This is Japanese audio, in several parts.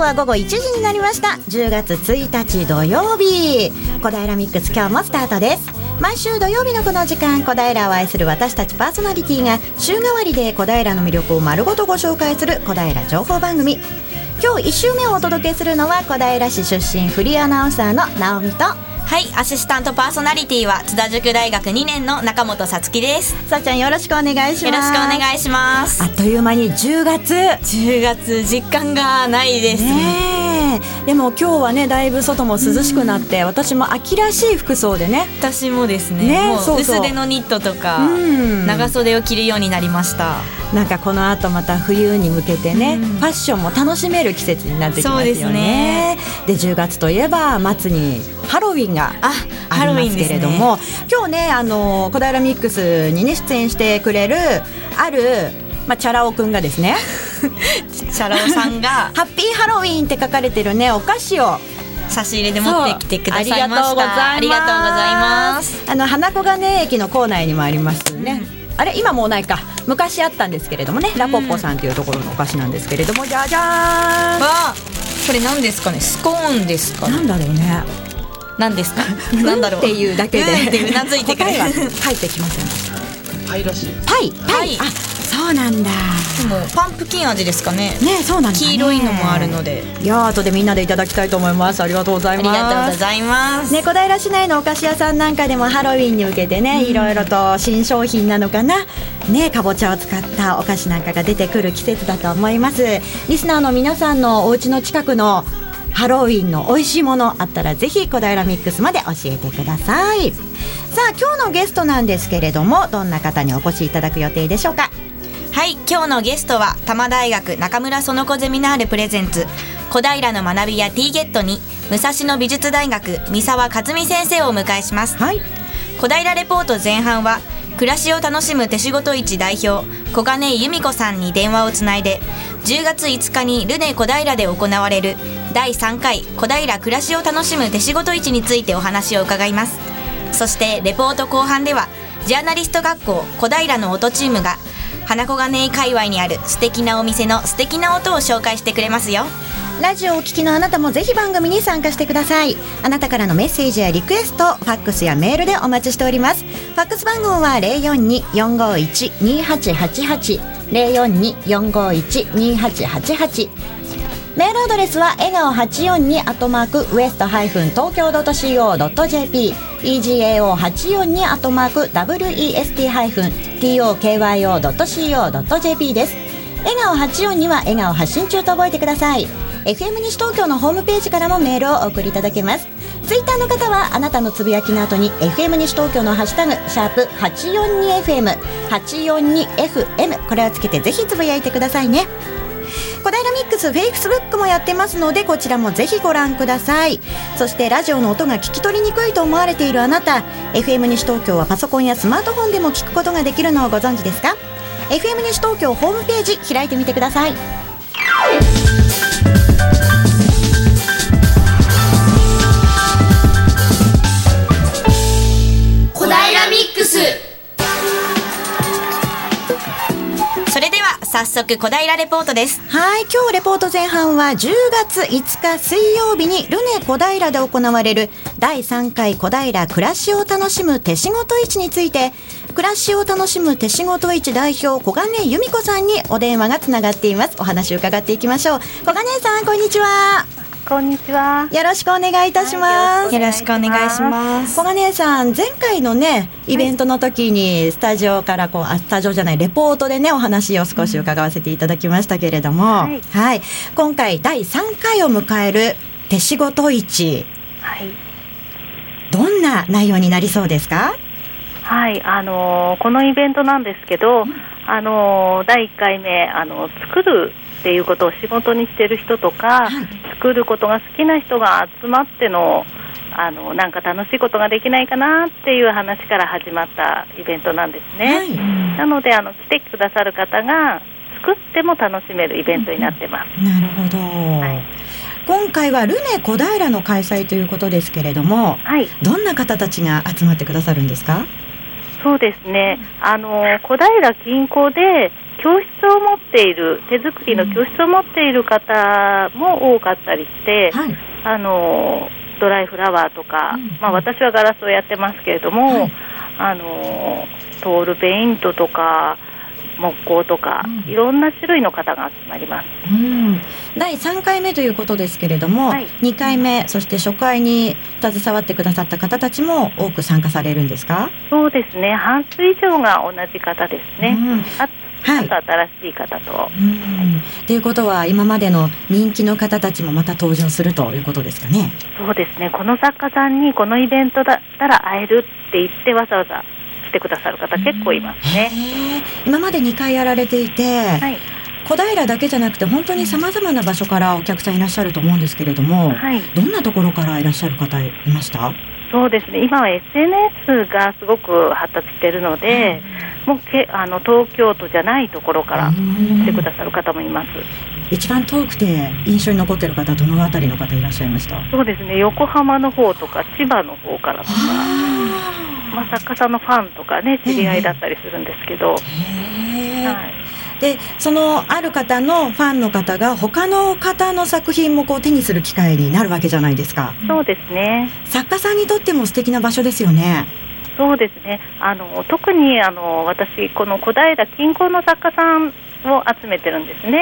は午後1時になりました。10月1日土曜日、小平ミックス今日もスタートです。毎週土曜日のこの時間、小平を愛する私たちパーソナリティが週替わりで小平の魅力を丸ごとご紹介する小平情報番組。今日1週目をお届けするのは小平市出身フリーアナウンサーの直美と、 はい、アシスタントパーソナリティは津田塾大学2年の中本さつきです。 さあちゃんよろしくお願いします。 よろしくお願いします。 あっという間に10月実感がないですね。でも今日はねだいぶ外も涼しくなって、私も秋らしい服装でね。 私もですね、もう薄手のニットとか長袖を着るようになりました。 なんかこの後また冬に向けてね、ファッションも楽しめる季節になってきますよね。そうですね。で10月といえば末にハロウィンがありますけれども、今日ね小平ミックスにね出演してくれるある、チャラ男くんがですねチャラ男さんがハッピーハロウィンって書かれてるねお菓子を差し入れで持ってきてくださいました。 ありがとうございます。花子金駅の構内にもありますね、あれ今もうないか、昔あったんですけれどもね、ラポッポさんというところのお菓子なんですけれども、じゃじゃーん、 これ何ですかね、スコーンですかね。 なんだろうね、 何ですかなんだろうっていうだけでうなずいてくれる。 答えは入ってきません。 パイらしい。 パイ、あ、そうなんだ。 でもパンプキン味ですかね。 ね、そうなんだね。 黄色いのもあるので、 いや後でみんなでいただきたいと思います。ありがとうございます。 ありがとうございますね、小平市内のお菓子屋さんなんかでもハロウィンに向けてね、いろいろと新商品なのかなね、かぼちゃを使ったお菓子なんかが出てくる季節だと思います。リスナーの皆さんのお家の近くのハロウィンの美味しいものあったらぜひ小平ミックスまで教えてください。さあ今日のゲストなんですけれども、どんな方にお越しいただく予定でしょうか。 はい、今日のゲストは多摩大学中村園子ゼミナールプレゼンツ小平の学びや T ゲットに武蔵野美術大学三沢克美先生をお迎えします。 はい、 小平レポート前半は暮らしを楽しむ手仕事市代表小金井由美子さんに電話をつないで、10月5日にルネ小平で行われる第3回小平暮らしを楽しむ手仕事市についてお話を伺います。そしてレポート後半ではジャーナリスト学校小平の音チームが花子金井界隈にある素敵なお店の素敵な音を紹介してくれますよ。 ラジオをお聞きのあなたもぜひ番組に参加してください。あなたからのメッセージやリクエスト、ファックスやメールでお待ちしております。ファックス番号は 042-451-2888 042-451-2888、メールアドレスは笑顔842@west-tokyo.co.jp egao842@west-tokyo.co.jp です。笑顔842は笑顔発信中と覚えてください。 FM 西東京のホームページからもメールをお送りいただけます。ツイッターの方はあなたのつぶやきの後に FM 西東京のハッシュタグ#842FM 842FM これをつけてぜひつぶやいてくださいね。小平ミックスフェイスブックもやってますので、こちらもぜひご覧ください。そしてラジオの音が聞き取りにくいと思われているあなた、 FM 西東京はパソコンやスマートフォンでも聞くことができるのをご存知ですか。 FM 西東京ホームページ開いてみてください。 小平ミックス。それでは早速小平レポートです。 はい、今日レポート前半は10月5日水曜日にルネ小平で行われる第3回小平暮らしを楽しむ手仕事市について、暮らしを楽しむ手仕事市代表小金井由美子さんにお電話がつながっています。お話を伺っていきましょう。小金井さん、こんにちは。 こんにちは。 よろしくお願いいたします。 よろしくお願いします。 小金井さん、前回のねイベントの時にスタジオからスタジオじゃないレポートでねお話を少し伺わせていただきましたけれども、はいはい、今回第3回を迎える手仕事市、はい、どんな内容になりそうですか。 はい、このイベントなんですけど、第1回目作るっていうことを仕事にしてる人とか、作ることが好きな人が集まってのなんか楽しいことができないかなっていう話から始まったイベントなんですね、はい、なので来てくださる方が作っても楽しめるイベントになってます、 なるほど、はい、今回はルネ小平の開催ということですけれども、はい、どんな方たちが集まってくださるんですか。 そうですね、小平近郊で教室を持っている、手作りの教室を持っている方も多かったりして、 はい、 ドライフラワーとか、私はガラスをやってますけれども、トールペイントとか木工とか、いろんな種類の方が集まります。 第3回目ということですけれども、2回目そして初回に携わってくださった方たちも多く参加されるんですか？ そうですね、半数以上が同じ方ですね。あと新しい方と。 ということは今までの人気の方たちもまた登場するということですかね？ そうですね、この作家さんにこのイベントだったら会えるって言ってわざわざ来てくださる方結構いますね。 今まで2回やられていて、小平だけじゃなくて本当に様々な場所からお客さんいらっしゃると思うんですけれども、どんなところからいらっしゃる方いました？ そうですね、今は SNS がすごく発達しているので、もう東京都じゃないところから来てくださる方もいます。 一番遠くて印象に残っている方、どのあたりの方いらっしゃいました？ そうですね、横浜の方とか千葉の方からとか、作家さんのファンとかね、知り合いだったりするんですけど、 でそのある方のファンの方が他の方の作品も手にする機会になるわけじゃないですか。 そうですね、 作家さんにとっても素敵な場所ですよね。 そうですね、特に私この小平近郊の作家さんを集めてるんですね。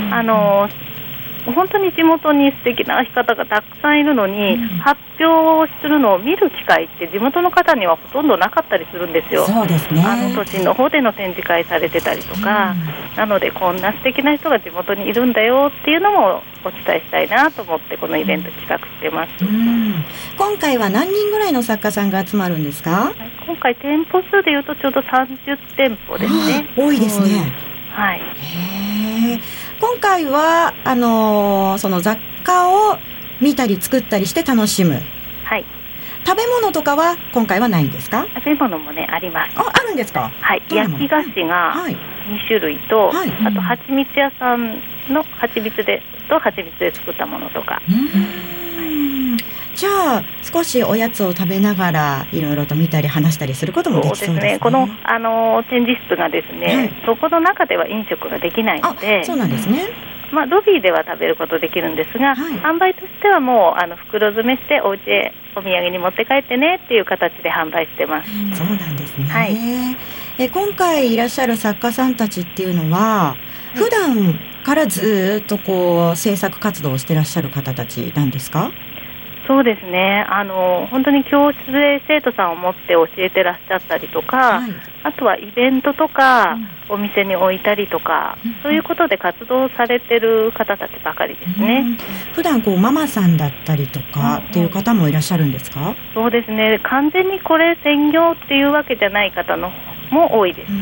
本当に地元に素敵な方がたくさんいるのに、発表するのを見る機会って地元の方にはほとんどなかったりするんですよ。 そうですね、 都心の方での展示会されてたりとか、なのでこんな素敵な人が地元にいるんだよっていうのもお伝えしたいなと思ってこのイベント企画してます。 今回は何人ぐらいの作家さんが集まるんですか？ 今回店舗数でいうとちょうど30店舗ですね。 多いですね。今回はその雑貨を見たり作ったりして楽しむ、食べ物とかは今回はないんですか？ 食べ物もね、あります。 あるんですか？ 焼き菓子が2種類と、あと蜂蜜屋さんの蜂蜜で作ったものとか。 じゃあ少しおやつを食べながらいろいろと見たり話したりすることもできそうですね。 この展示室がですね、そこの中では飲食ができないので、 そうなんですね。 ロビーでは食べることできるんですが、販売としてはもう袋詰めしてお家へお土産に持って帰ってねっていう形で販売してます。 そうなんですね。今回いらっしゃる作家さんたちっていうのは、普段からずっと制作活動をしてらっしゃる方たちなんですか？ そうですね、本当に教室で生徒さんを持って教えてらっしゃったりとか、あとはイベントとか、お店に置いたりとか、そういうことで活動されてる方たちばかりですね。 普段ママさんだったりとかっていう方もいらっしゃるんですか？ そうですね、完全にこれ専業っていうわけじゃない方のも多いです。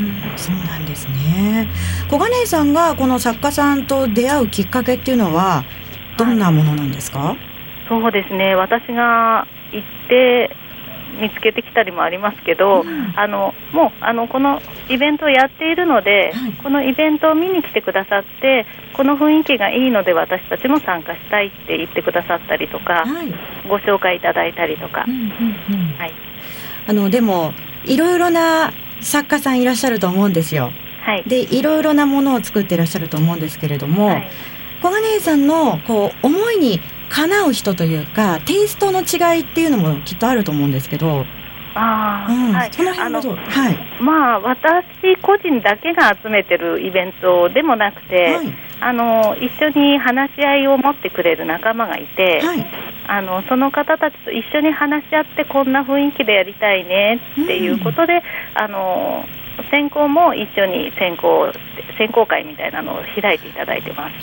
そうなんですね。小金井さんがこの作家さんと出会うきっかけっていうのはどんなものなんですか？ そうですね、私が行って見つけてきたりもありますけど、もうこのイベントをやっているので、このイベントを見に来てくださって、この雰囲気がいいので私たちも参加したいって言ってくださったりとか、ご紹介いただいたりとか、 でもいろいろな作家さんいらっしゃると思うんですよ。でいろいろなものを作っていらっしゃると思うんですけれども、小金井さんの思いにかなう人というかテイストの違いっていうのもきっとあると思うんですけど、その辺の私個人だけが集めてるイベントでもなくて、一緒に話し合いを持ってくれる仲間がいて、その方たちと一緒に話し合ってこんな雰囲気でやりたいねっていうことで、選考も一緒に選考会みたいなのを開いていただいてます。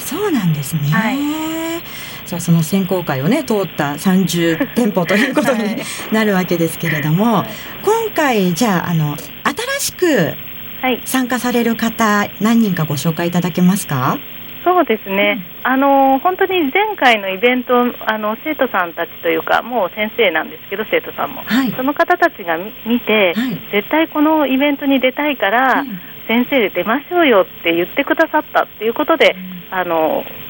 そうなんですね。じゃあその選考会をね通った30店舗ということになるわけですけれども、今回じゃあ新しく参加される方、何人かご紹介いただけますか？ そうですね、本当に前回のイベント生徒さんたちというか、もう先生なんですけど生徒さんも、その方たちが見て、絶対このイベントに出たいから、先生で出ましょうよって言ってくださったっていうことで、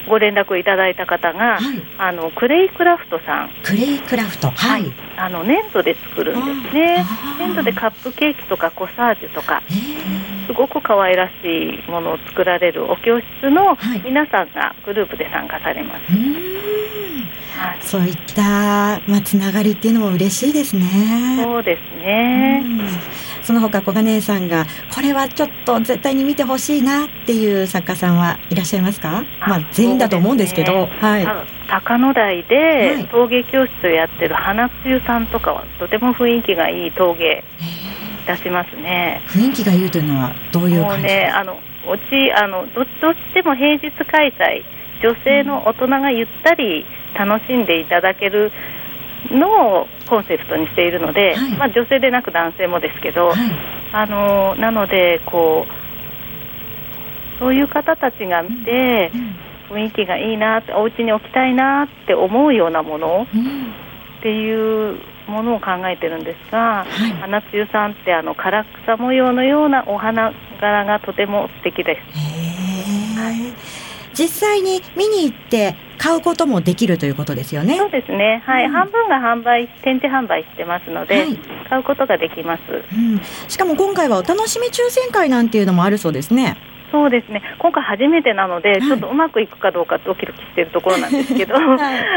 ご連絡いただいた方が、クレイクラフトさん。 クレイクラフト、はい、 粘土で作るんですね。粘土でカップケーキとかコサージュとか、すごく可愛らしいものを作られるお教室の皆さんがグループで参加されます。 そういった、つながりっていうのも嬉しいですね。 そうですね。 その他小金井さんがこれはちょっと絶対に見てほしいなっていう作家さんはいらっしゃいますか？全員だと思うんですけど、 高野台で陶芸教室をやってる花つゆさんとかはとても雰囲気がいい陶芸出しますね。 雰囲気がいいというのはどういう感じですか？ どっちでも平日開催、女性の大人がゆったり楽しんでいただけるのをコンセプトにしているので、女性でなく男性もですけど、なのでそういう方たちが見て、雰囲気がいいなって、お家に置きたいなって思うようなものっていうものを考えてるんですが、花つゆさんって唐草模様のようなお花柄がとても素敵です。 実際に見に行って買うこともできるということですよね。 そうですね、半分が展示販売してますので、買うことができます。 しかも今回はお楽しみ抽選会なんていうのもあるそうですね。 そうですね、今回初めてなので、ちょっとうまくいくかどうかドキドキしているところなんですけどこ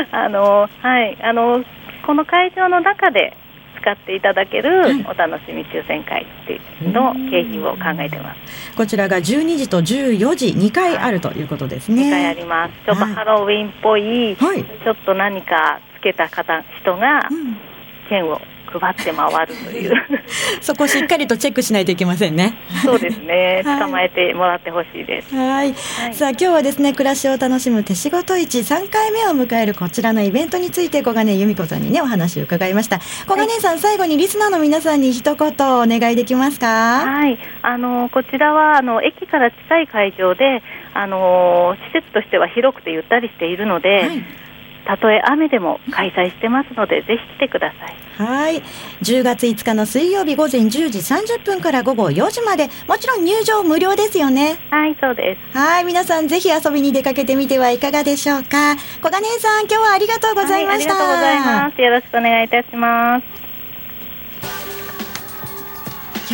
の会場の中で使っていただけるお楽しみ抽選会の景品を考えてます。 こちらが12時と14時2回あるということですね。 2回あります。ちょっとハロウィンっぽい、ちょっと何かつけた人が券を配って回るというそこしっかりとチェックしないといけませんね。 そうですね、捕まえてもらってほしいです。 さあ今日はですね、暮らしを楽しむ手仕事市3回目を迎えるこちらのイベントについて小金井由美子さんにねお話を伺いました。小金井さん、最後にリスナーの皆さんに一言お願いできますか？ こちらは駅から近い会場で施設としては広くてゆったりしているので、たとえ雨でも開催してますので、ぜひ来てください。10月5日の水曜日午前10時30分から午後4時まで、もちろん入場無料ですよね。そうです。皆さんぜひ遊びに出かけてみてはいかがでしょうか。小金井さん、今日はありがとうございました。ありがとうございます。よろしくお願いいたします。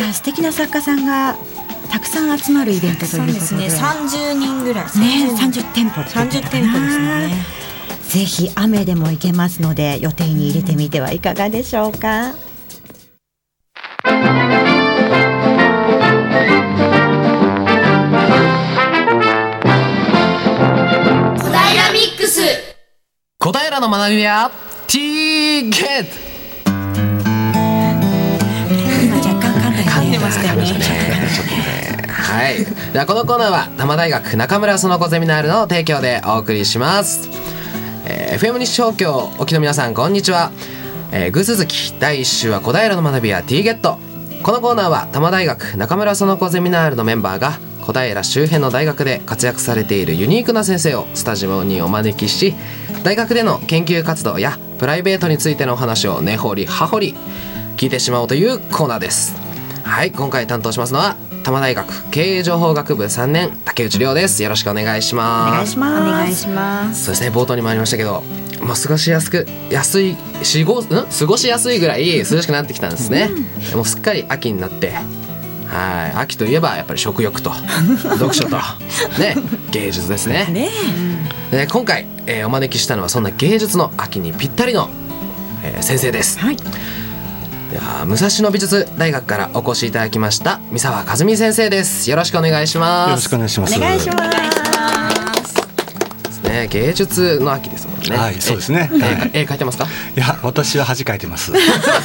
いや、素敵な作家さんがたくさん集まるイベントということで、 そうですね、30人ぐらいね、30店舗 30店舗ですね。 ぜひ雨でも行けますので予定に入れてみてはいかがでしょうか。 小平ミックス、 小平の学びは T ゲット。 今若干噛んでましたよね。 ではこのコーナーは多摩大学中村園子ゼミナールの提供でお送りします。FM 西東京沖の皆さん、こんにちは。ぐ続き第1週は小平の学びや T ゲット。このコーナーは多摩大学中村園子ゼミナールのメンバーが小平周辺の大学で活躍されているユニークな先生をスタジオにお招きし、大学での研究活動やプライベートについてのお話を根掘り葉掘り聞いてしまおうというコーナーです。今回担当しますのは多摩大学経営情報学部3年竹内涼です。よろしくお願いします。 お願いします。 そうですね、冒頭にもありましたけど、過ごしやすいぐらい涼しくなってきたんですね。もうすっかり秋になって、秋といえばやっぱり食欲と読書と、芸術ですね。で今回、お招きしたのはそんな芸術の秋にぴったりの、先生です。では武蔵野美術大学からお越しいただきました三沢和美先生です。よろしくお願いします。 よろしくお願いします。 お願いしますですね、芸術の秋ですもんね。 そうですね。 絵描いてますか？ いや、私は恥描いてます。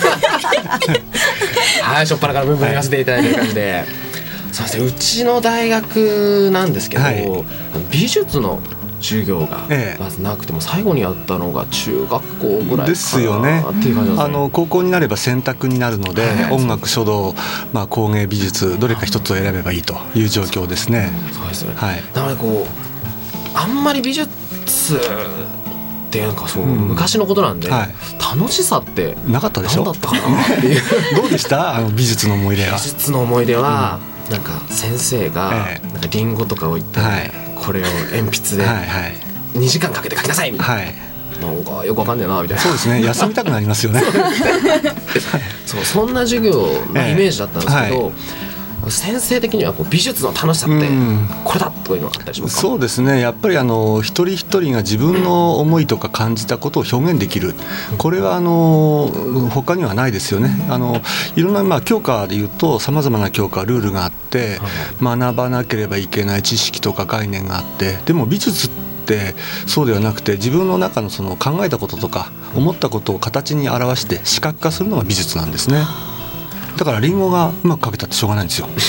初っ端からブンブン言わせていただいてる感じで、そうですね、うちの大学なんですけど、美術の授業がまずなくても、最後にやったのが中学校ぐらいですよね。 っていう感じですね。 高校になれば選択になるので、音楽、書道、工芸、美術どれか一つを選べばいいという状況ですね。 そうですね。なのであんまり美術ってなんか昔のことなんで、楽しさってなかったでしょ。 何だったかなっていうどうでした美術の思い出は。 美術の思い出は、なんか先生がなんかリンゴとか置いて、これを鉛筆で 2時間かけて書きなさいみたいな、はい、なんかよくわかんねえなみたいな。 そうですね、休みたくなりますよねそんな授業のイメージだったんですけど、先生的にはこう美術の楽しさってこれだというのがあったりしますか？ そうですね、やっぱり一人一人が自分の思いとか感じたことを表現できる、これは他にはないですよね。いろんな教科でいうとさまざまな教科ルールがあって、学ばなければいけない知識とか概念があって、でも美術ってそうではなくて、自分の中のその考えたこととか思ったことを形に表して視覚化するのが美術なんですね。だからリンゴがうまく描けたってしょうがないんですよ、ね、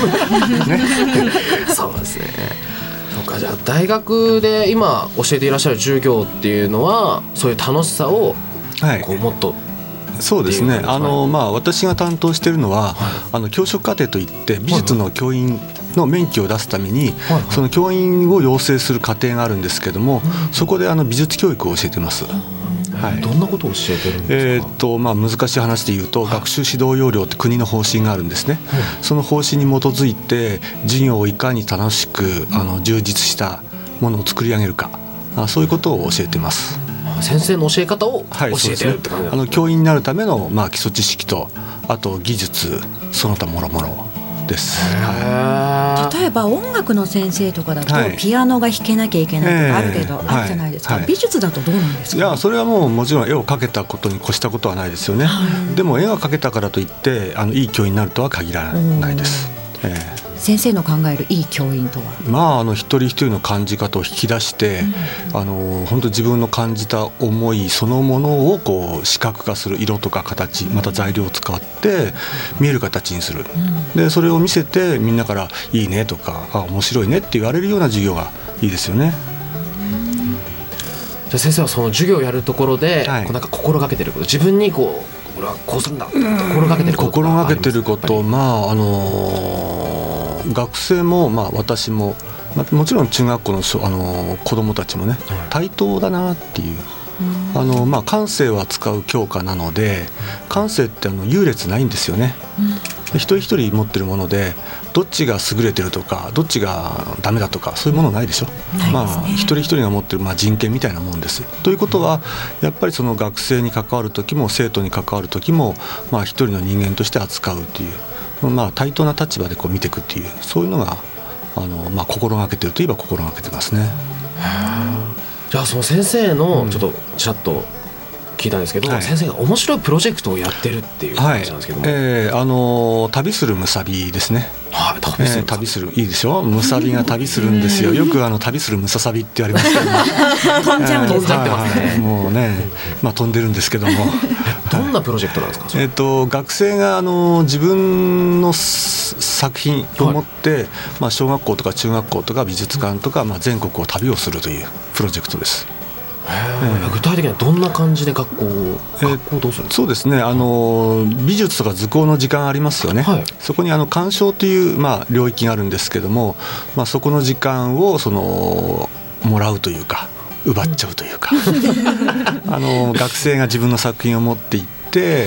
そうですね。そうか、じゃあ大学で今教えていらっしゃる授業っていうのはそういう楽しさをこうもっと、 そうですね、私が担当しているのは、教職課程といって美術の教員の免許を出すために、その教員を養成する課程があるんですけども、そこで美術教育を教えてます。 はい、どんなことを教えてるんですか？ 難しい話で言うと、学習指導要領って国の方針があるんですね、その方針に基づいて授業をいかに楽しく充実したものを作り上げるか、そういうことを教えてます。 先生の教え方を教えてるって感じなんですか？ 教員になるための基礎知識と、あと技術その他もろもろです。 例えば音楽の先生とかだと、ピアノが弾けなきゃいけないとかある程度あるじゃないですか、美術だとどうなんですか？ いや、それはもちろん絵を描けたことに越したことはないですよね、でも絵が描けたからといっていい教員になるとは限らないです。 先生の考えるいい教員とは、一人一人の感じ方を引き出して、本当自分の感じた思いそのものをこう視覚化する、色とか形、また材料を使って見える形にする、でそれを見せてみんなからいいねとか面白いねって言われるような授業がいいですよね。 じゃあ先生はその授業をやるところで、なんか心がけてること、自分にこれはこうするんだって心がけてること心がけてること、学生も私も、もちろん中学校の子どもたちもね、対等だなっていう、感性は使う教科なので、感性って優劣ないんですよね、一人一人持ってるもので、どっちが優れてるとかどっちがダメだとかそういうものないでしょ。一人一人が持ってる人権みたいなもんです。ということはやっぱりその学生に関わる時も生徒に関わる時も、一人の人間として扱うっていう、対等な立場でこう見ていくっていう、そういうのが心がけてるといえば心がけてますね。 じゃあその先生のちょっとちらっと聞いたんですけど、先生が面白いプロジェクトをやってるっていう話なんですけども、 旅するむさびですね。 旅するいいでしょ。むさびが旅するんですよ。よく旅するむささびって言われますけど、 飛んじゃうんですか？ もうね、飛んでるんですけどもどんなプロジェクトなんですか？ 学生が自分の作品を持って、小学校とか中学校とか美術館とか、全国を旅をするというプロジェクトです。 具体的にはどんな感じで学校どうするんですか？ そうですね、美術とか図工の時間ありますよね、そこに鑑賞という、領域があるんですけども、そこの時間をもらうというか奪っちゃうというか学生が自分の作品を持っていって、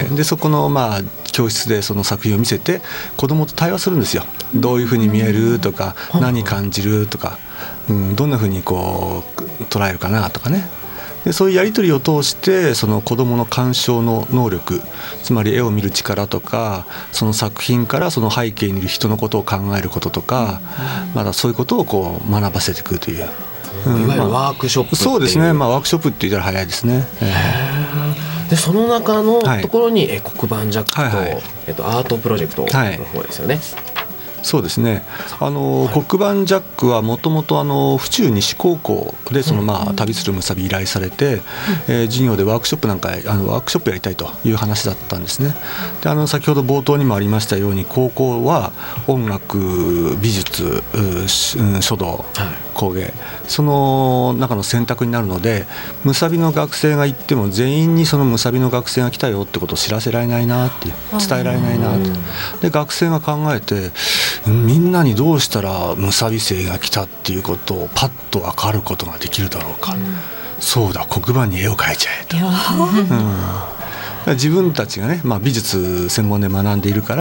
でそこの教室でその作品を見せて子どもと対話するんですよ。どういうふうに見えるとか、何感じるとか、どんなふうにこう捉えるかなとかね。でそういうやり取りを通してその子どもの鑑賞の能力、つまり絵を見る力とか、その作品からその背景にいる人のことを考えることとか、まだそういうことをこう学ばせていくという、 いわゆるワークショップっていう、 そうですね、ワークショップって言ったら早いですね。 でその中のところに、黒板ジャックと、アートプロジェクトの方ですよね。 そうですね、黒板ジャックはもともと府中西高校で旅するむさび依頼されて、授業でワークショップワークショップやりたいという話だったんですね。で先ほど冒頭にもありましたように、高校は音楽、美術、書道、工芸、その中の選択になるので、むさびの学生が行っても全員にそのむさびの学生が来たよってことを知らせられないなっていう、伝えられないなって、で学生が考えて、みんなにどうしたらむさび生が来たっていうことをパッと分かることができるだろうか、そうだ、黒板に絵を描いちゃえと、自分たちがね、美術専門で学んでいるから、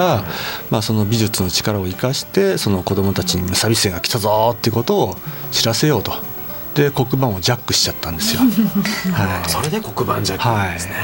その美術の力を生かしてその子どもたちにむさび生が来たぞっていうことを知らせようと、 で黒板をジャックしちゃったんですよ。はい、 それで黒板ジャックなんですね。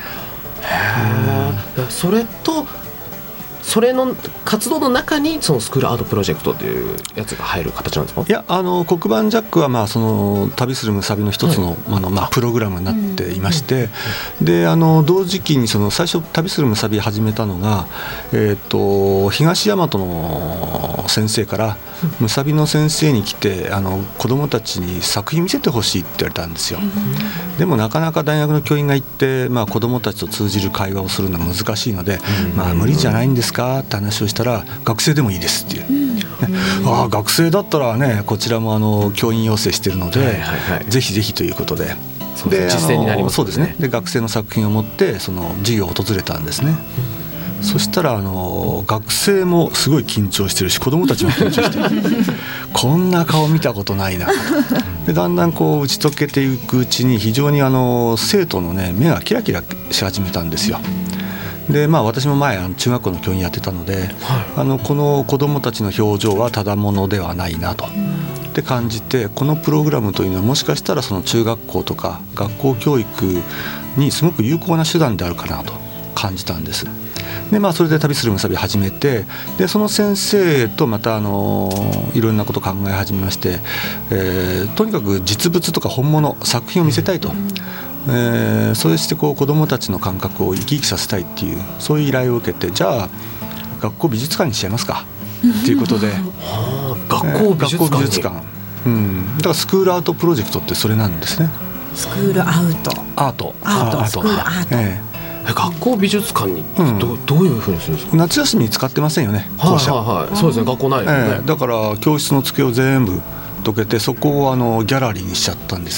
へえ。それとそれの活動の中にそのスクールアートプロジェクトというやつが入る形なんですか？ いや、黒板ジャックはその旅するむさびの一つの、プログラムになっていまして、で同時期にその最初旅するむさび始めたのが、東大和の先生からむさびの先生に来て子どもたちに作品見せてほしいって言われたんですよ。でもなかなか大学の教員が行って、子どもたちと通じる会話をするのは難しいので、無理じゃないんですかって話をしたら、学生でもいいですっていう、学生だったらね、こちらも教員養成しているので、ぜひぜひということで、 実践になりますね。 そうですね。で学生の作品を持ってその授業を訪れたんですね。そしたら学生もすごい緊張してるし、子どもたちも緊張してるこんな顔見たことないなでだんだん打ち解けていくうちに、非常に生徒の、目がキラキラし始めたんですよ。で私も前中学校の教員やってたので、この子どもたちの表情はただものではないなとって感じて、このプログラムというのはもしかしたらその中学校とか学校教育にすごく有効な手段であるかなと感じたんです。でそれで旅するむさび始めて、でその先生とまたいろんなことを考え始めまして、とにかく実物とか本物作品を見せたいと、そして子どもたちの感覚を生き生きさせたいっていう、そういう依頼を受けて、じゃあ学校美術館にしちゃいますかっていうことで学校美術館、 だからスクールアートプロジェクトってそれなんですね。 スクールアウトスクールアート、 学校美術館にどういうふうにするんですか？ 夏休みに使ってませんよね、校舎。 そうですね、学校ないですね。 だから教室の机を全部どけて、そこをギャラリーにしちゃったんです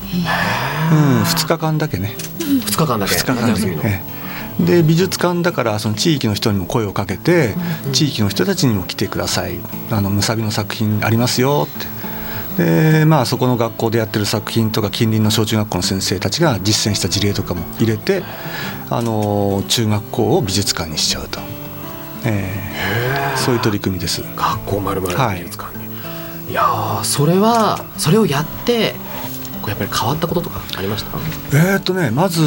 。2日間だけね。 2日間だけ。 で美術館だから、その地域の人にも声をかけて、地域の人たちにも来てください、むさびの作品ありますよって。でそこの学校でやってる作品とか、近隣の小中学校の先生たちが実践した事例とかも入れて、中学校を美術館にしちゃうと、そういう取り組みです。 学校丸々美術館に、いやそれをやってやっぱり変わったこととかありました？ まず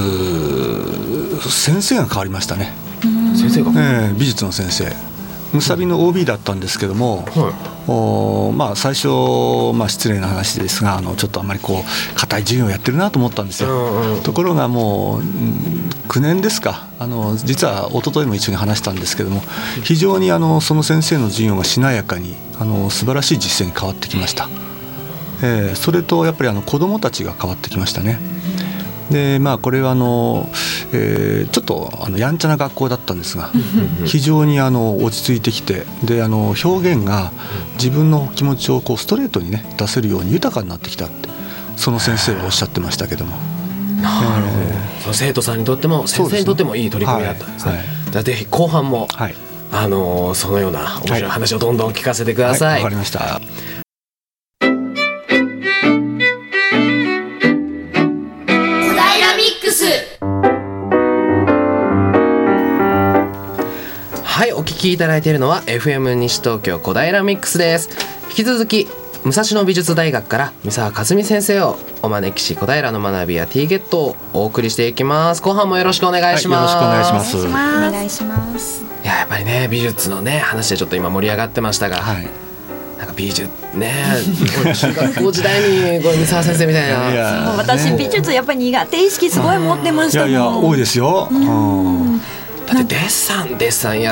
先生が変わりましたね。 先生が、 美術の先生、むさびの OB だったんですけども、最初、失礼な話ですが、ちょっとあんまり固い授業をやってるなと思ったんですよ。ところがもう9年ですか、実は一昨日も一緒に話したんですけども、非常にその先生の授業がしなやかに素晴らしい実践に変わってきました。それとやっぱり子どもたちが変わってきましたね。でこれはちょっとやんちゃな学校だったんですが、非常に落ち着いてきて、で表現が自分の気持ちをストレートにね出せるように豊かになってきたって、その先生はおっしゃってましたけども。 なるほど。その生徒さんにとっても先生にとってもいい取り組みだったんですね。じゃあぜひ後半も、そのような面白い話をどんどん聞かせてください。 わかりました。 はい、お聞きいただいているのは FM 西東京小平ミックスです。引き続き武蔵野美術大学から三沢和美先生をお招きし、小平の学びや T ゲットをお送りしていきます。後半もよろしくお願いします。 よろしくお願いします。 お願いします。 やっぱりね、美術のね話でちょっと今盛り上がってましたが、なんか美術ね中学校時代に三沢先生みたいな私美術やっぱり苦手意識すごい持ってましたもん。 いや多いですよ。 だってデッサンやって、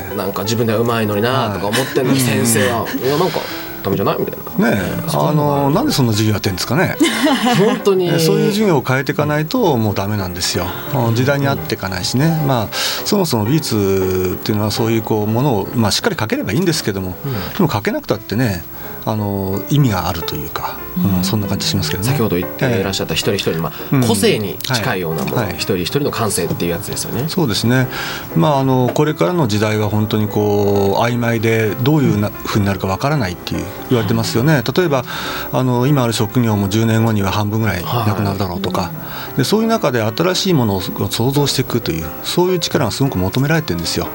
なんか自分ではうまいのになとか思ってるのに、先生はいやなんかダメじゃないみたいなね。なんでそんな授業やってるんですかね。 本当にそういう授業を変えていかないともうダメなんですよ。時代に合っていかないしね。そもそも美術っていうのはそういうものをしっかり描ければいいんですけども、でも描けなくたってね、意味があるというか、そんな感じしますけどね。 先ほど言っていらっしゃった一人一人の、個性に近いようなもの、一人一人の感性っていうやつですよね。 そうですね。これからの時代は本当に曖昧でどういうふうになるかわからないっていう言われてますよね。例えば今ある職業も10年後には半分ぐらいなくなるだろうとか、でそういう中で新しいものを創造していくという、そういう力がすごく求められてるんですよ。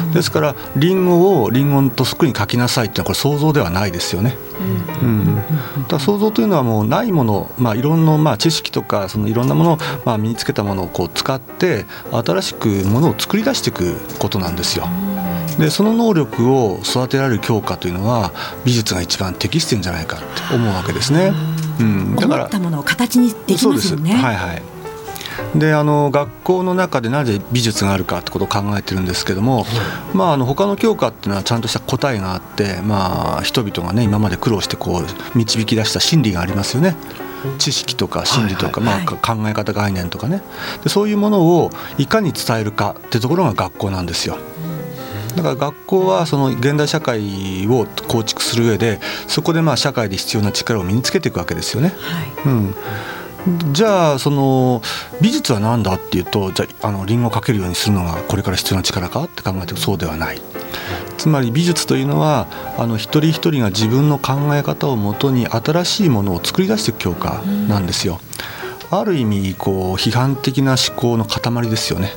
ですからリンゴをリンゴとそっくりに描きなさいっていうのはこれ想像ではないですよね。だから想像というのはもうないもの、いろんな知識とかそのいろんなものを身につけたものをこう使って新しくものを作り出していくことなんですよ。でその能力を育てられる教科というのは美術が一番適してるんじゃないかって思うわけですね。 だから思ったものを形にできますよね。 はいはい。で学校の中でなぜ美術があるかってことを考えてるんですけども、他の教科っていうのはちゃんとした答えがあって、人々がね今まで苦労してこう導き出した真理がありますよね。知識とか真理とか、考え方概念とかね。でそういうものをいかに伝えるかってところが学校なんですよ。だから学校はその現代社会を構築する上でそこで社会で必要な力を身につけていくわけですよね。じゃあその美術は何だっていうと、じゃあリンゴを描けるようにするのがこれから必要な力かって考えてもそうではない。つまり美術というのは一人一人が自分の考え方をもとに新しいものを作り出していく教科なんですよ。ある意味こう批判的な思考の塊ですよね。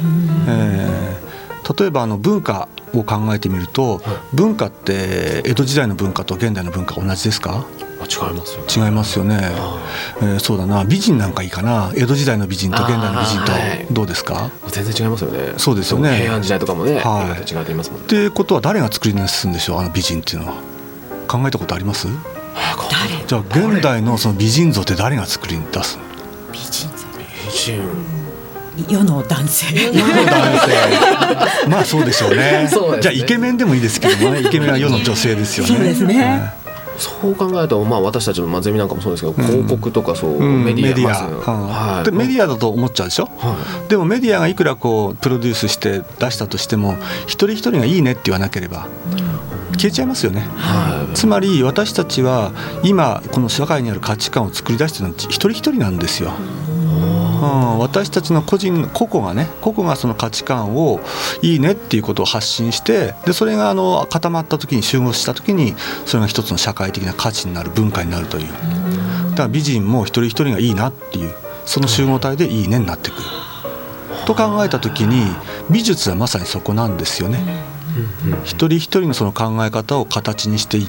例えば文化を考えてみると、文化って江戸時代の文化と現代の文化同じですか？ 違いますよね。 違いますよね。そうだな、美人なんかいいかな。江戸時代の美人と現代の美人とどうですか？ 全然違いますよね。 そうですよね。 平安時代とかもね、違っていますもんね。 っていうことは誰が作り出すんでしょう、美人っていうのは。考えたことあります？じゃあ現代のその美人像って誰が作り出すの？ 美人像。 美人。 世の男性。 そうでしょうね。じゃあイケメンでもいいですけどもね、イケメンは世の女性ですよね。 そうですね。 そう考えると私たちのゼミなんかもそうですけど、広告とかメディア、 でメディアだと思っちゃうでしょ。でもメディアがいくらこうプロデュースして出したとしても一人一人がいいねって言わなければ消えちゃいますよね。つまり私たちは今この社会にある価値観を作り出しているのは一人一人なんですよ。私たちの個々がその価値観をいいねっていうことを発信して、でそれが固まった時に集合した時にそれが一つの社会的な価値になる、文化になるという。だから美人も一人一人がいいなっていうその集合体でいいねになってくると考えた時に、美術はまさにそこなんですよね。一人一人のその考え方を形にしていって、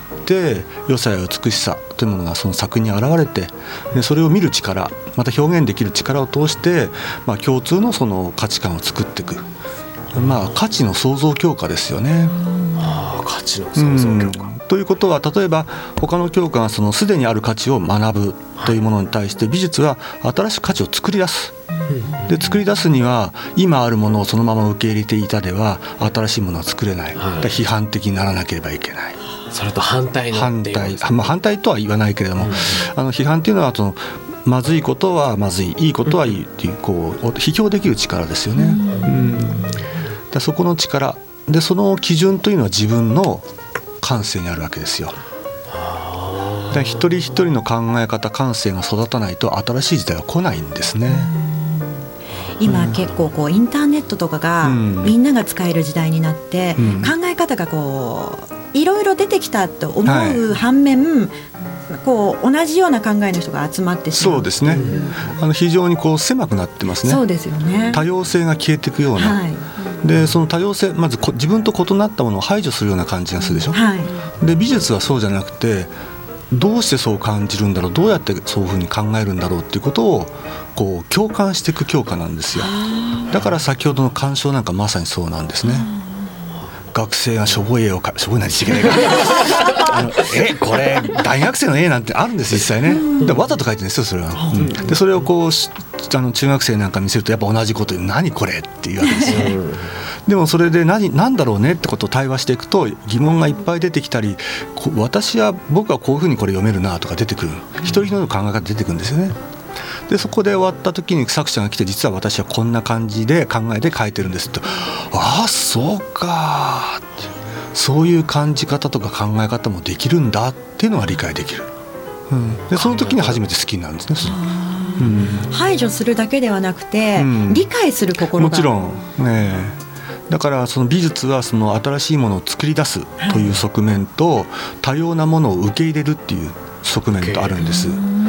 良さや美しさというものがその作品に現れて、でそれを見る力、また表現できる力を通して、共通のその価値観を作っていく、価値の創造強化ですよね。 価値の創造強化、 ということは、例えば他の教科がそのすでにある価値を学ぶというものに対して、美術は新しい価値を作り出す。で作り出すには今あるものをそのまま受け入れていたでは新しいものは作れない。批判的にならなければいけない。 それと反対のっていう、 反対とは言わないけれども、批判というのはそのまずいことはまずい、いいことはいいっていう、批評できる力ですよね。でそこの力で、その基準というのは自分の感性にあるわけですよ。で一人一人の考え方、感性が育たないと新しい時代は来ないんですね。 今結構インターネットとかがみんなが使える時代になって、考え方がいろいろ出てきたと思う反面、同じような考えの人が集まってしまう。 そうですね。非常に狭くなってますね。 そうですよね。 多様性が消えていくような、でその多様性、まず自分と異なったものを排除するような感じがするでしょ。で美術はそうじゃなくて、どうしてそう感じるんだろう、どうやってそういうふうに考えるんだろうっていうことを共感していく教科なんですよ。だから先ほどの鑑賞なんかまさにそうなんですね。学生がしょぼい絵をしょぼいなんていけないからこれ大学生の絵なんてあるんです実際ね。でわざと描いてるんですよそれは。でそれを中学生なんか見せるとやっぱ同じことで何これっていうわけですよ。でもそれで何だろうねってことを対話していくと疑問がいっぱい出てきたり、僕はこういうふうにこれ読めるなとか出てくる、一人一人の考え方出てくるんですよね。でそこで終わった時に作者が来て、実は私はこんな感じで考えて書いてるんですと、そうかって、そういう感じ方とか考え方もできるんだっていうのが理解できる。でその時に初めて好きになるんですね。 排除するだけではなくて、理解する心が。 もちろんね。だからその美術はその新しいものを作り出すという側面と、多様なものを受け入れるっていう側面とあるんです。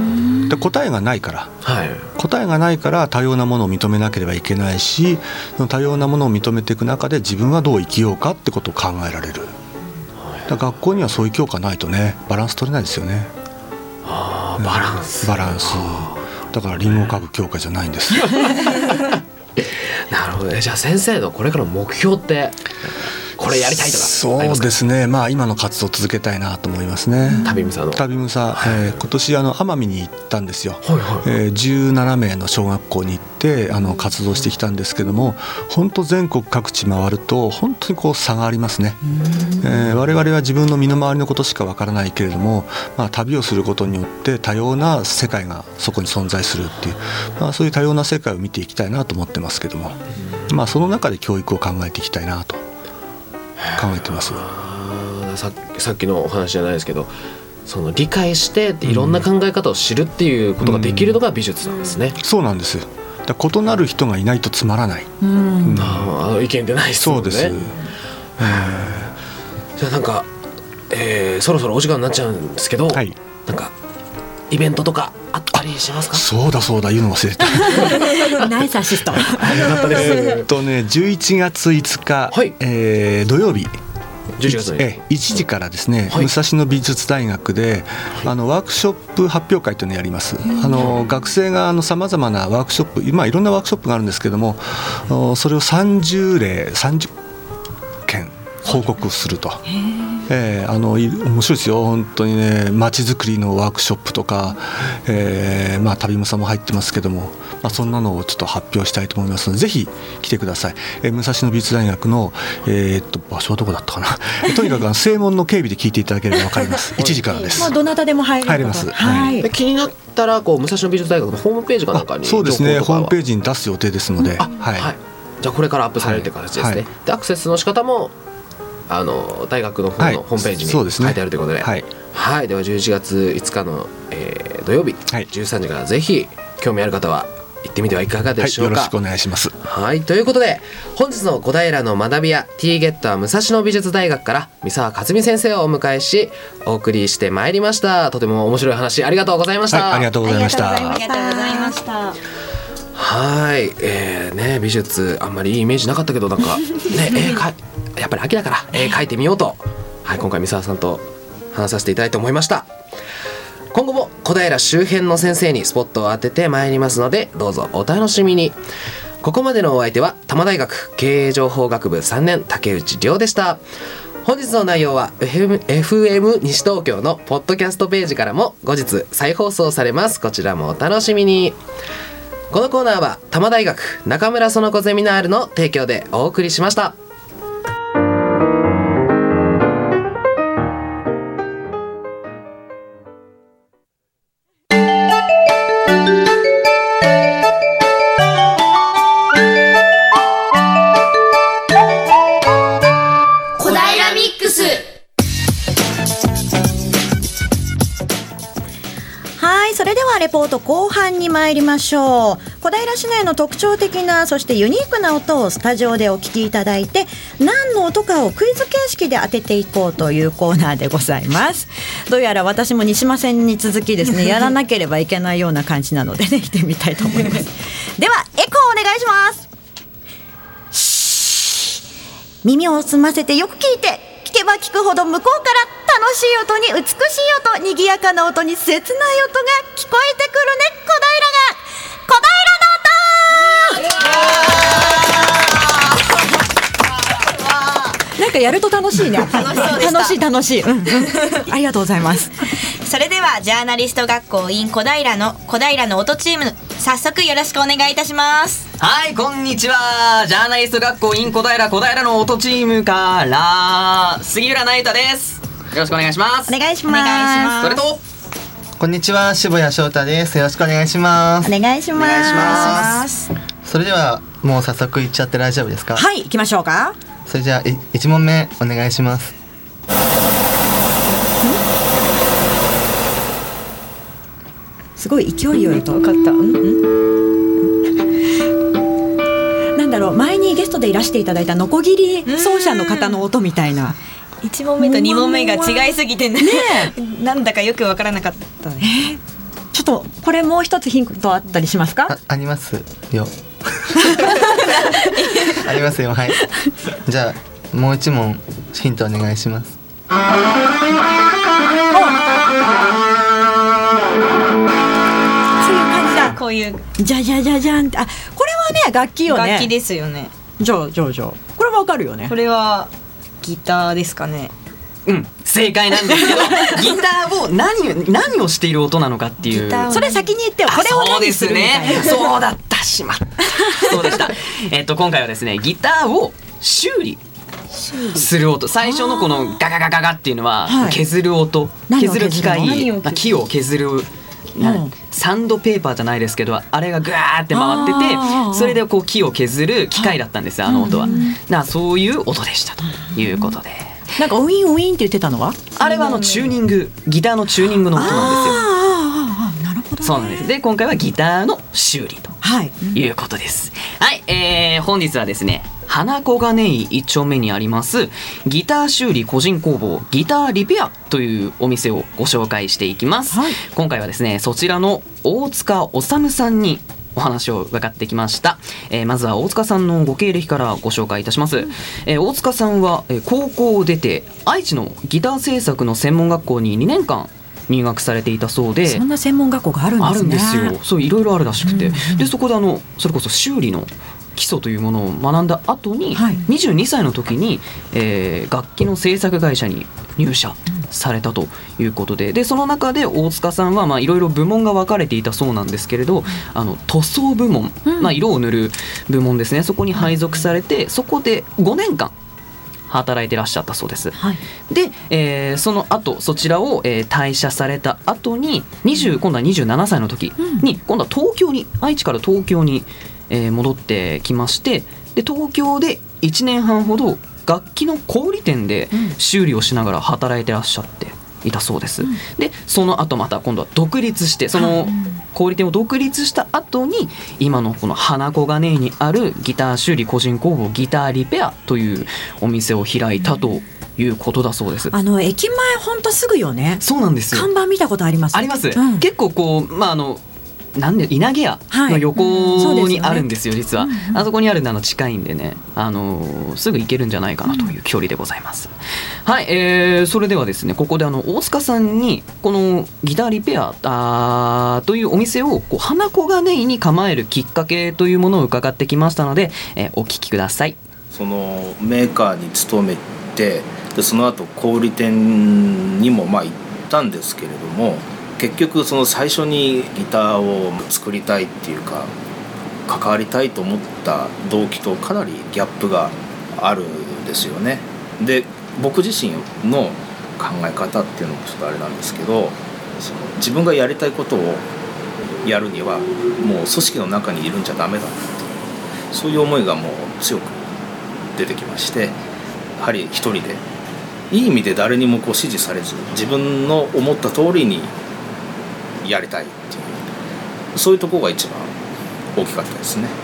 で答えがないから、 はい、 答えがないから多様なものを認めなければいけないし、その多様なものを認めていく中で自分はどう生きようかってことを考えられる。だから学校にはそういう教科ないとね、バランス取れないですよね。 バランスだからリンゴを描く教科じゃないんですなるほどね。じゃあ先生のこれからの目標ってこれやりたいとかそうですね、まあ、今の活動を続けたいなと思いますね。 旅ムサの旅ムサ、今年奄美に行ったんですよ、 はいはい、 17名の小学校に行って活動してきたんですけども、本当全国各地回ると本当にこう差がありますね。我々は自分の身の回りのことしかわからないけれども、旅をすることによって多様な世界がそこに存在するっていう、そういう多様な世界を見ていきたいなと思ってますけども、その中で教育を考えていきたいなと考えてます。 さっきのお話じゃないですけど、その理解していろんな考え方を知るっていうことができるのが美術なんですね。 そうなんです。だから異なる人がいないとつまらない、 意見出ないですもんね。そうです。じゃあなんか、そろそろお時間になっちゃうんですけど、はい、なんかイベントとかあったりしますか？ そうだ言うの忘れてたナイスアシスト。 よかったです。 11月5日、はい、土曜日 11月 1時からですね、武蔵野美術大学でワークショップ発表会というのをやります。学生がさまざまなワークショップ、いろんなワークショップがあるんですけども、それを30件報告すると。面白いですよ本当にね。街づくりのワークショップとか、旅ムサも入ってますけども、そんなのをちょっと発表したいと思いますので、ぜひ来てください。武蔵野美術大学の、場所はどこだったかなとにかく正門の警備で聞いていただければ分かります1時からです。 どなたでも入れます、 で気になったら武蔵野美術大学のホームページかなんかにそうですね、ホームページに出す予定ですので、 じゃあこれからアップされるという形ですね。でアクセスの仕方も大学の方のホームページに書いてあるということで、では11月5日の、土曜日、13時からぜひ興味ある方は行ってみてはいかがでしょうか。 よろしくお願いします。 ということで本日の小平の学びや T ゲッター武蔵野美術大学から三沢克美先生をお迎えしお送りしてまいりました。とても面白い話ありがとうございました。 ありがとうございました。 美術あんまりいいイメージなかったけど、なんかねやっぱり秋だから絵描いてみようと、今回三沢さんと話させていただいて思いました。今後も小平周辺の先生にスポットを当ててまいりますので、どうぞお楽しみに。ここまでのお相手は多摩大学経営情報学部3年竹内涼でした。本日の内容は FM 西東京のポッドキャストページからも後日再放送されます。こちらもお楽しみに。このコーナーは多摩大学中村園子ゼミナールの提供でお送りしました。 それではレポート後半に参りましょう。小平市内の特徴的なそしてユニークな音をスタジオでお聞きいただいて、何の音かをクイズ形式で当てていこうというコーナーでございます。どうやら私も西間線に続きですねやらなければいけないような感じなのでね、してみたいと思いますではエコーお願いします。耳を澄ませてよく聞いて、聞けば聞くほど向こうから楽しい音に美しい音、賑やかな音に切ない音が聞こえてくるね。小平の音なんかやると楽しいね。楽しい、ありがとうございます。 それではジャーナリスト学校 in 小平の音チーム、早速よろしくお願いいたします。 はい、こんにちは。ジャーナリスト学校 in 小平の音チームから杉浦那由他です。よろしくお願いします。 お願いします。 それとこんにちは、渋谷翔太です。よろしくお願いします。 お願いします。 それではもう早速いっちゃって大丈夫ですか？ はい、行きましょうか。 それじゃあ1問目お願いします。 すごい勢いよいと分かった。なんだろう、前にゲストでいらしていただいたノコギリ奏者の方の音みたいな。 1問目と2問目が違いすぎてねなんだかよく分からなかったね。 ちょっとこれもう一つヒントあったりしますか？ ありますよありますよ。はい。じゃあもう一問ヒントお願いします。 こういうじゃじゃじゃじゃんって。あ、これはね楽器よね。 楽器ですよね。 じゃあこれわかるよね。 これはギターですかね。 正解なんですけどギターを何をしている音なのかっていう。 それ先に言ってよ。これを何するみたいな。 そうだったしまったそうでした今回はですねギターを修理する音。最初のこのガガガガガっていうのは削る音、削る機械、木を削るサンドペーパーじゃないですけど、あれがグワーって回ってて、それでこう木を削る機械だったんですよ、あの音は。そういう音でしたということで、 なんかウィンウィンって言ってたのはあれはチューニング、ギターのチューニングの音なんですよ。 なるほど、ね、 そうなんです。で今回はギターの修理ということです。はい、本日はですね花小金井1丁目にありますギター修理個人工房ギターリペアというお店をご紹介していきます。今回はですねそちらの大塚治さんにお話を伺ってきました。まずは大塚さんのご経歴からご紹介いたします。大塚さんは高校を出て愛知のギター製作の専門学校に2年間入学されていたそうで。 そんな専門学校があるんですね。 あるんですよ。そう、いろいろあるらしくて、でそこでそれこそ修理の基礎というものを学んだ後に、22歳の時に、楽器の制作会社に入社されたということで、でその中で大塚さんはいろいろ部門が分かれていたそうなんですけれど、塗装部門、色を塗る部門ですね、そこに配属されて、そこで5年間働いてらっしゃったそうです。で、その後そちらを、退社された後に今度は27歳の時に、今度は東京に、愛知から東京に戻ってきまして、で東京で1年半ほど楽器の小売店で修理をしながら働いてらっしゃっていたそうです。でその後また今度は独立して、その小売店を独立した後に今のこの花小金井にあるギター修理個人工房ギターリペアというお店を開いたということだそうです。 駅前ほんとすぐよね。 そうなんですよ。 看板見たことあります。 あります、結構こうなんで稲毛屋の横にあるんですよ、実は。あそこにあるの近いんでね、すぐ行けるんじゃないかなという距離でございます。はい、それではですねここで大塚さんにこのギターリペアというお店を花小金井に構えるきっかけというものを伺ってきましたので、お聞きください。 そのメーカーに勤めて、でその後小売店にも行ったんですけれども、結局その最初にギターを作りたいっていうか関わりたいと思った動機とかなりギャップがあるんですよね。で僕自身の考え方っていうのもちょっとあれなんですけど、その自分がやりたいことをやるにはもう組織の中にいるんじゃダメだっていう、そういう思いがもう強く出てきまして、やはり一人でいい意味で誰にも指示されず自分の思った通りにやりたいっていう、そういうところが一番大きかったですね。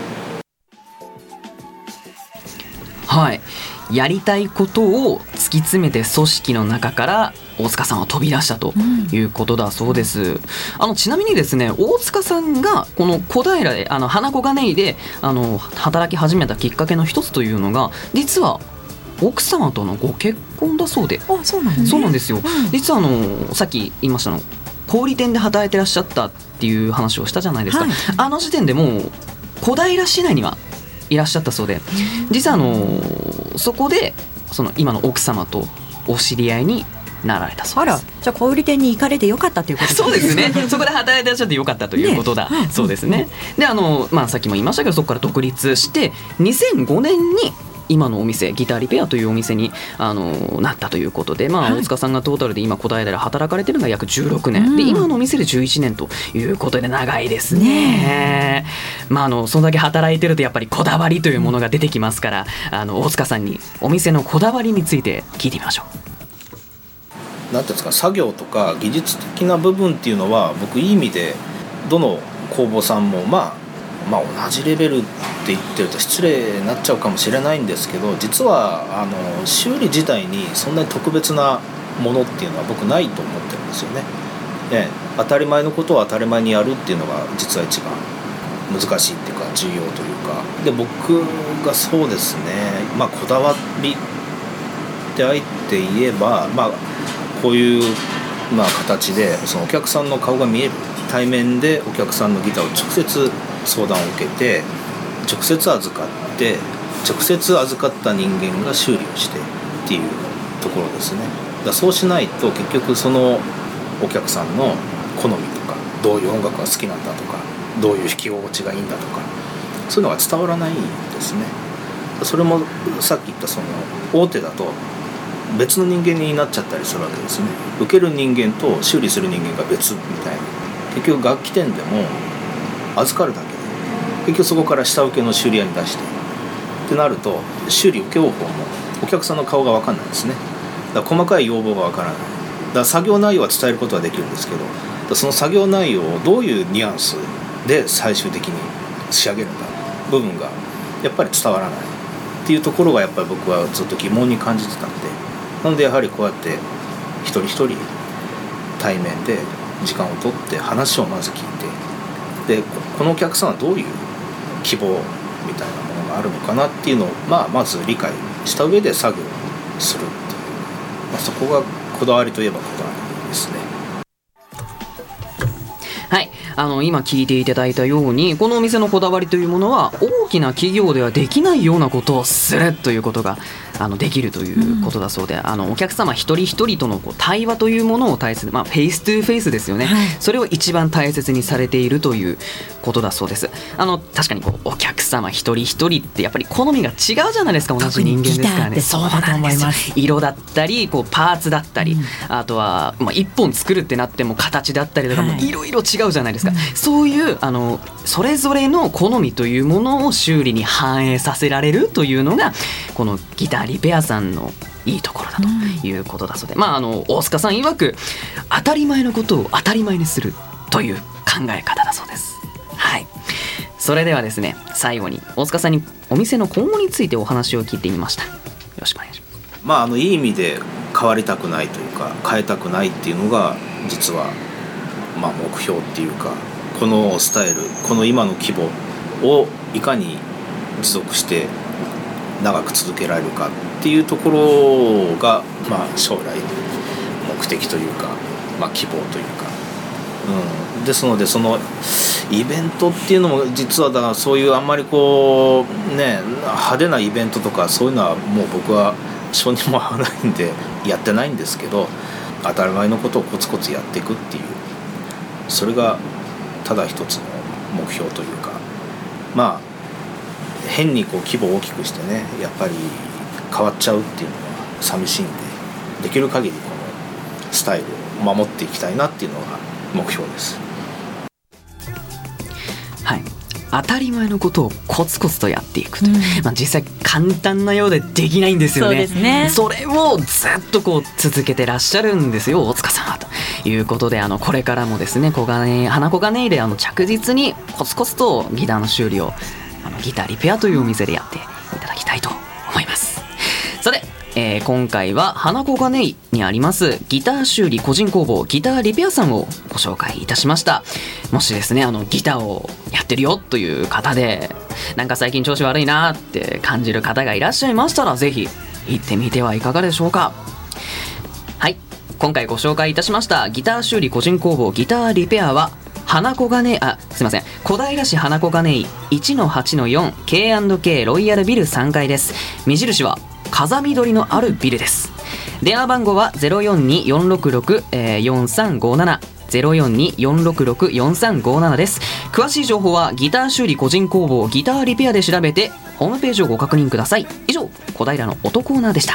はい、やりたいことを突き詰めて組織の中から大塚さんは飛び出したということだそうです。ちなみにですね大塚さんがこの小平で花小金井で働き始めたきっかけの一つというのが、実は奥様とのご結婚だそうで。 そうなんですね。 そうなんですよ。実はさっき言いました小売店で働いてらっしゃったっていう話をしたじゃないですか、あの時点でもう小平市内にはいらっしゃったそうで、実はそこで今の奥様とお知り合いになられたそうです。 あら、じゃあ小売店に行かれてよかったということですね。 そうですねそこで働いてらっしゃってよかったということだ、そうですね。でさっきも言いましたけど、そこから独立して2005年に今のお店ギターリペアというお店になったということで、大塚さんがトータルで今小平で働かれてるのが約16年、で今のお店で11年ということで長いですね。そんだけ働いてるとやっぱりこだわりというものが出てきますから、大塚さんにお店のこだわりについて聞いてみましょう。なんていうんですか、作業とか技術的な部分っていうのは僕いい意味でどの工房さんも同じレベルって言ってると失礼になっちゃうかもしれないんですけど、実は修理自体にそんなに特別なものっていうのは僕ないと思ってるんですよね。 当たり前のことを当たり前にやるっていうのが実は一番難しいっていうか重要というかで、僕がそうですね、こだわりってあえて言えば、こういう、形でそのお客さんの顔が見える対面でお客さんのギターを直接相談を受けて直接預かって直接預かった人間が修理をしてっていうところですね。だからそうしないと結局そのお客さんの好みとかどういう音楽が好きなんだとかどういう弾き心地がいいんだとかそういうのが伝わらないんですね。それもさっき言ったその大手だと別の人間になっちゃったりするわけですね。受ける人間と修理する人間が別みたいな。結局楽器店でも預かるだけで結局そこから下請けの修理屋に出してってなると修理請け負う方もお客さんの顔が分かんないですね。だから細かい要望が分からない。だから作業内容は伝えることはできるんですけどその作業内容をどういうニュアンスで最終的に仕上げるんだ部分がやっぱり伝わらないっていうところがやっぱり僕はずっと疑問に感じてたんで、なのでやはりこうやって一人一人対面で時間を取って話をまず聞いてでこのお客さんはどういう希望みたいなものがあるのかなっていうのを、まず理解した上で作業するっていう、そこがこだわりといえばこだわりですね。 はい、今聞いていただいたようにこのお店のこだわりというものは大きな企業ではできないようなことをするということができるということだそうで、お客様一人一人との対話というものを大切に、フェイストゥーフェイスですよね、それを一番大切にされているということだそうです。確かにお客様一人一人ってやっぱり好みが違うじゃないですか。同じ人間ですからね。 そうだと思います。 色だったりパーツだったり、あとは一本作るってなっても形だったりとかもいろいろ違うじゃないですか、そういうそれぞれの好みというものを修理に反映させられるというのがこのギターリペアさんのいいところだということだそうで、大塚さん曰く当たり前のことを当たり前にするという考え方だそうです。はい、それではですね、最後に大塚さんにお店の今後についてお話を聞いてみました。よろしくお願いします。 いい意味で変わりたくないというか変えたくないっていうのが実は目標っていうか、このスタイルこの今の規模をいかに持続して長く続けられるかっていうところが、将来目的というか、希望というか、ですのでそのイベントっていうのも実はだからそういうあんまり派手なイベントとかそういうのはもう僕は性にも合わないんでやってないんですけど、当たり前のことをコツコツやっていくっていう、それがただ一つの目標というか、変に規模を大きくしてねやっぱり変わっちゃうっていうのは寂しいんで、できる限りこのスタイルを守っていきたいなっていうのが目標です。 はい、当たり前のことをコツコツとやっていくという、実際簡単なようでできないんですよね。 そうですね。 それをずっと続けてらっしゃるんですよ大塚さんはということで、これからもですね花小金井で着実にコツコツとギターの修理をギターリペアというお店でやっていただきたいと思います。さて、今回は花小金井にありますギター修理個人工房ギターリペアさんをご紹介いたしました。もしですねギターをやってるよという方でなんか最近調子悪いなって感じる方がいらっしゃいましたらぜひ行ってみてはいかがでしょうか。はい、今回ご紹介いたしましたギター修理個人工房ギターリペアは小平市花小金井 1-8-4 K&K ロイヤルビル3階です。目印は風緑のあるビルです。電話番号は 042-466-4357 042-466-4357 です。詳しい情報はギター修理個人工房ギターリペアで調べてホームページをご確認ください。以上、小平の音コーナーでした。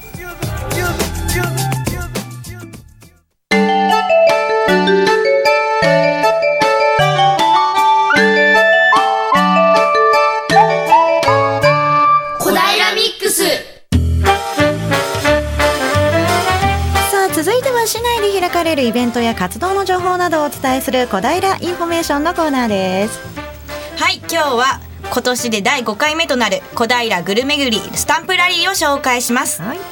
市内で開かれるイベントや活動の情報などをお伝えする小平インフォメーションのコーナーです。 はい、今日は今年で第5回目となる小平ぐるめぐりスタンプラリーを紹介します。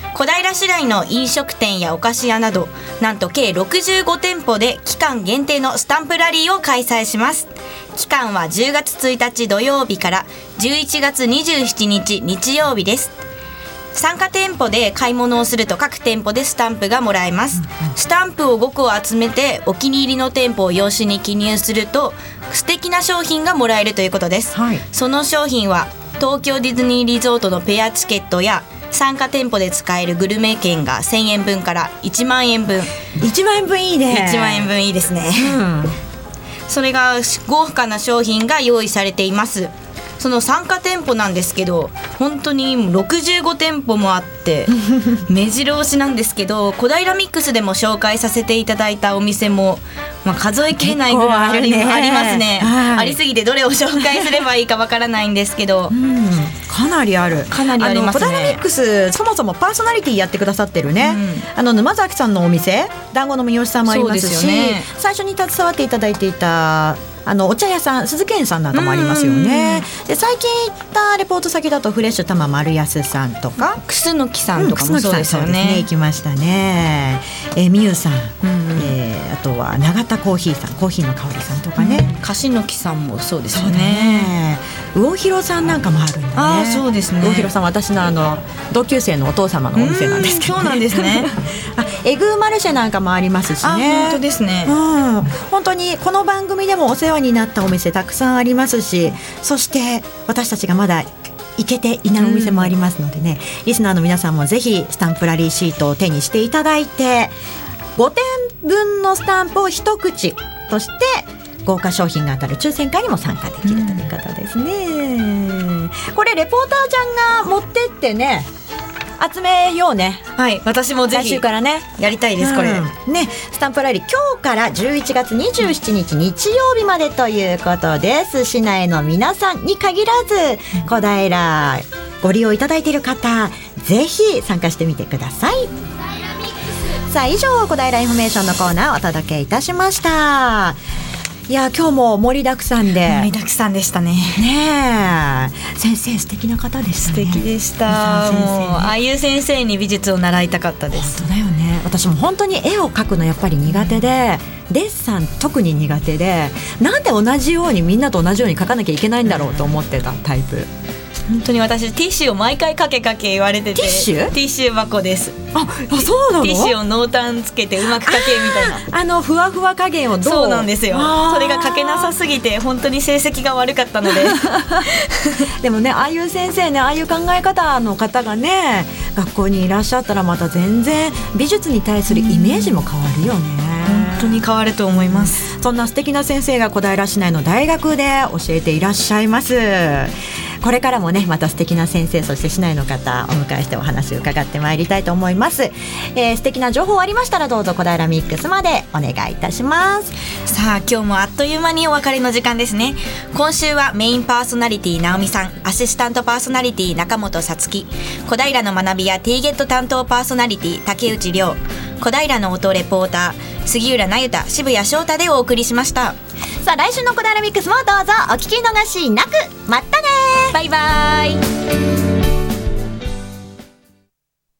小平市内の飲食店やお菓子屋などなんと計65店舗で期間限定のスタンプラリーを開催します。期間は10月1日土曜日から11月27日日曜日です。参加店舗で買い物をすると各店舗でスタンプがもらえます。スタンプを5個集めてお気に入りの店舗を用紙に記入すると素敵な商品がもらえるということです、その商品は東京ディズニーリゾートのペアチケットや参加店舗で使えるグルメ券が1000円分から1万円分。 1万円分いいね。 1万円分いいですね、それが豪華な商品が用意されています。その参加店舗なんですけど本当に65店舗もあって目白押しなんですけど、小平ミックスでも紹介させていただいたお店も、数えきれないぐらいありますね、ありすぎてどれを紹介すればいいかわからないんですけど、 かなりある。かなりありますね。小平ミックスそもそもパーソナリティやってくださってるね、沼崎さんのお店団子の三好さんもありますし、最初に携わっていただいていたお茶屋さん鈴賢さんなんかもありますよね。で最近行ったレポート先だとフレッシュ玉丸安さんとか楠木さんとかもそうですよね、 行きましたね。みゆさん、あとは永田コーヒーさん、コーヒーの香りさんとかね、 樫木さんもそうですよね。 魚広さんなんかもあるんだね。 そうですね。 魚広さん私の同級生のお父様のお店なんですけど、 そうなんですねエグーマルシェなんかもありますしね。 本当ですね、 本当にこの番組でもお世話になったお店たくさんありますし、そして私たちがまだ行けていないお店もありますのでね、リスナーの皆さんもぜひスタンプラリーシートを手にしていただいて5点分のスタンプを一口として豪華商品が当たる抽選会にも参加できるということですね、これレポーターちゃんが持ってってね集めようね。 はい、私もぜひ来週からねやりたいです、これね。スタンプラリー今日から11月27日日曜日までということです。市内の皆さんに限らず小平ご利用いただいている方ぜひ参加してみてください。さあ以上小平インフォメーションのコーナーをお届けいたしました。いや今日も盛りだくさんで盛りだくさんでしたね。 ねえ先生素敵な方でしたね。 素敵でした。もうああいう先生に美術を習いたかったです。 本当だよね。私も本当に絵を描くのやっぱり苦手でデッサン特に苦手で、なんで同じようにみんなと同じように描かなきゃいけないんだろうと思ってたタイプ。 本当に私ティッシュを毎回かけ言われてて。 ティッシュ箱です。 そうなの。 ティッシュを濃淡つけてうまくかけみたいなふわふわ加減をどう。 そうなんですよ。それがかけなさすぎて本当に成績が悪かったのででもねああいう先生ねああいう考え方の方がね学校にいらっしゃったらまた全然美術に対するイメージも変わるよね。 本当に変わると思います。 そんな素敵な先生が小平市内の大学で教えていらっしゃいます。これからもねまた素敵な先生そして市内の方お迎えしてお話を伺ってまいりたいと思います、素敵な情報ありましたらどうぞ小平ミックスまでお願いいたします。 さあ今日もあっという間にお別れの時間ですね。今週はメインパーソナリティ直美さん、アシスタントパーソナリティ中本さつき、小平の学びやティーゲット担当パーソナリティ竹内涼、小平の音レポーター杉浦那由他、渋谷翔太でお送りしました。 さあ来週の小平ミックスもどうぞお聞き逃しなく。またねバイバイ。